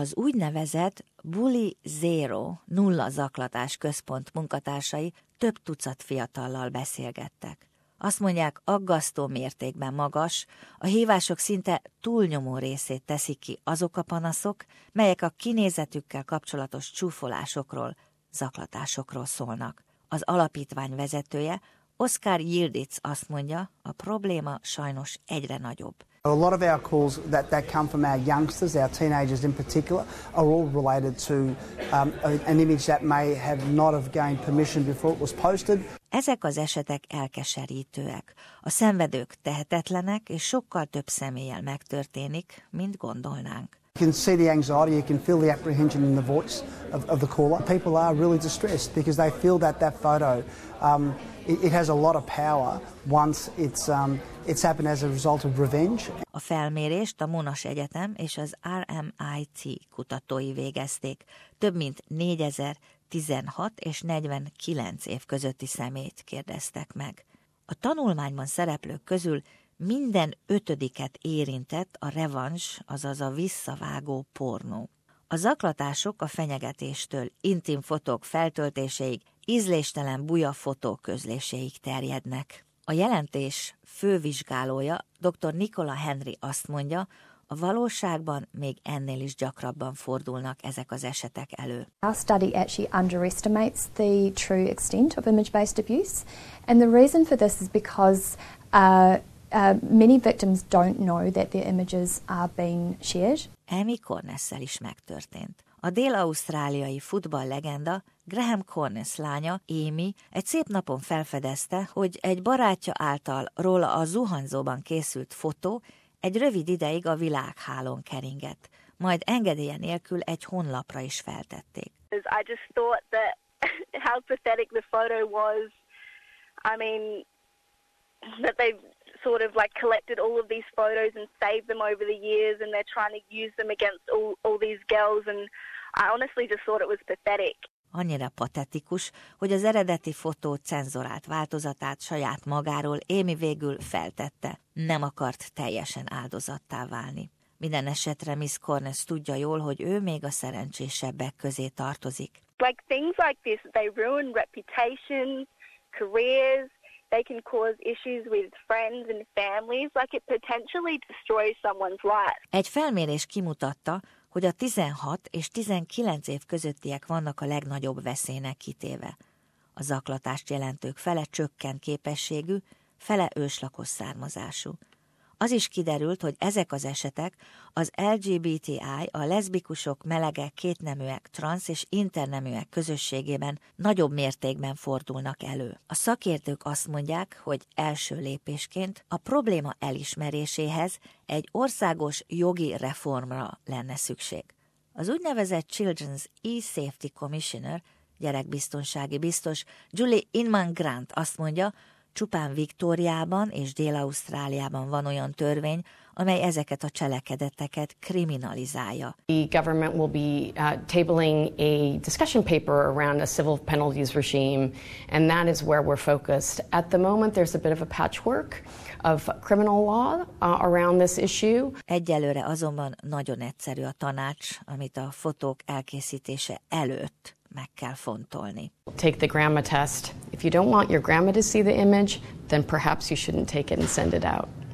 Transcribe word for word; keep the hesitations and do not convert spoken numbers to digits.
Az úgynevezett Bully Zero nulla zaklatás központ munkatársai több tucat fiatallal beszélgettek. Azt mondják, aggasztó mértékben magas, a hívások szinte túlnyomó részét teszik ki azok a panaszok, melyek a kinézetükkel kapcsolatos csúfolásokról, zaklatásokról szólnak. Az alapítvány vezetője, Oskar Yildiz azt mondja, a probléma sajnos egyre nagyobb. A lot of our calls that, that come from our youngsters, our teenagers in particular, are all related to um, an image that may have not have gained permission before it was posted. Ezek az esetek elkeserítőek. A szenvedők tehetetlenek, és sokkal több személlyel megtörténik, mint gondolnánk. You can see the anxiety, you can feel the apprehension in the voice of, of the caller. People are really distressed because they feel that that photo, um, it, it has a lot of power once it's, um, it's happened as a result of revenge. A felmérést a Monash Egyetem és az er em i té kutatói végezték. Több mint négyezer tizenhat és negyvenkilenc év közötti személyt kérdeztek meg. A tanulmányban szereplők közül minden ötödiket érintett a revans, azaz a visszavágó pornó. A zaklatások a fenyegetéstől intim fotók feltöltéséig, ízléstelen buja fotók közléséig terjednek. A jelentés fővizsgálója, dr. Nicola Henry azt mondja, a valóságban még ennél is gyakrabban fordulnak ezek az esetek elő. Our study actually underestimates the true extent of image-based abuse, and the reason for this is because uh, Uh, many victims don't know that their images are being shared. Amy Cornessel is megtörtént. A dél-ausztráliai futballlegenda Graham Corness lánya, Amy, egy szép napon felfedezte, hogy egy barátja által róla a zuhanyzóban készült fotó egy rövid ideig a világhálón keringett, majd engedélye nélkül egy honlapra is feltették. I just thought that how pathetic the photo was. I mean, that they sort of like collected all of these photos and saved them over the years, and they're trying to use them against all, all these girls, and I honestly just thought it was pathetic. Annyira patetikus, hogy az eredeti fotó cenzorált változatát saját magáról Amy végül feltette. Nem akart teljesen áldozattá válni. Minden esetre Miss Corness tudja jól, hogy ő még a szerencsésebbek közé tartozik. Like things like this, they ruin reputations, careers. They can cause issues with friends and families, like it potentially destroys someone's life. Egy felmérés kimutatta, hogy a tizenhat és tizenkilenc év közöttiek vannak a legnagyobb veszélynek kitéve. A zaklatást jelentők fele csökkent képességű, fele őslakos származású. Az is kiderült, hogy ezek az esetek az el gé bé té i, a leszbikusok, melegek, kétneműek, transz és interneműek közösségében nagyobb mértékben fordulnak elő. A szakértők azt mondják, hogy első lépésként a probléma elismeréséhez egy országos jogi reformra lenne szükség. Az úgynevezett Children's E-Safety Commissioner, gyerekbiztonsági biztos Julie Inman Grant azt mondja, csupán Viktóriában és Dél-Ausztráliában van olyan törvény, amely ezeket a cselekedeteket kriminalizálja. The government will be uh, tabling a discussion paper around a civil penalties regime, and that is where we're focused. At the moment there's a bit of a patchwork of criminal law uh, around this issue. Egyelőre azonban nagyon egyszerű a tanács, amit a fotók elkészítése előtt meg kell fontolni. Take the grandma test. If you don't want your grandma to see the image, then perhaps you shouldn't take it and send it out.